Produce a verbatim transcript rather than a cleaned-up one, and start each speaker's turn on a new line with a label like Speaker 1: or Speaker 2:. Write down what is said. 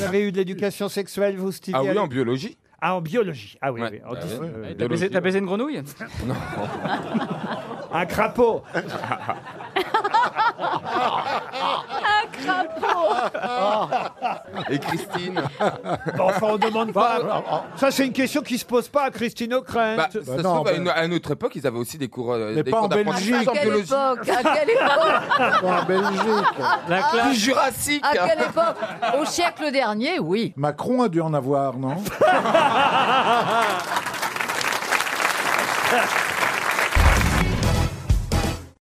Speaker 1: avez eu de l'éducation sexuelle, vous, Stevie?
Speaker 2: Ah oui, en biologie.
Speaker 1: Ah, en biologie. Ah oui,
Speaker 2: Ouais.
Speaker 1: oui. En
Speaker 2: Bah
Speaker 1: dix-
Speaker 2: ouais.
Speaker 1: euh,
Speaker 3: T'as baisé, t'as baisé une grenouille?
Speaker 2: Non.
Speaker 1: Un crapaud.
Speaker 4: Un crapaud.
Speaker 2: Et Christine.
Speaker 1: Bon, enfin, on demande pas. Ça, c'est une question qui se pose pas à Christine O'Krent.
Speaker 2: Bah, ça se
Speaker 5: non,
Speaker 2: trouve, à,
Speaker 5: bah-
Speaker 2: une, à une autre époque, ils avaient aussi des cours, euh,
Speaker 5: Mais
Speaker 2: des
Speaker 5: pas
Speaker 2: cours
Speaker 5: en Belgique.
Speaker 2: d'apprentissage
Speaker 4: À
Speaker 2: en
Speaker 4: quelle
Speaker 2: biologie.
Speaker 4: époque À quelle époque
Speaker 5: En Belgique.
Speaker 3: La classe.
Speaker 2: Du Jurassique.
Speaker 4: À quelle époque Au siècle dernier, oui.
Speaker 5: Macron a dû en avoir, non?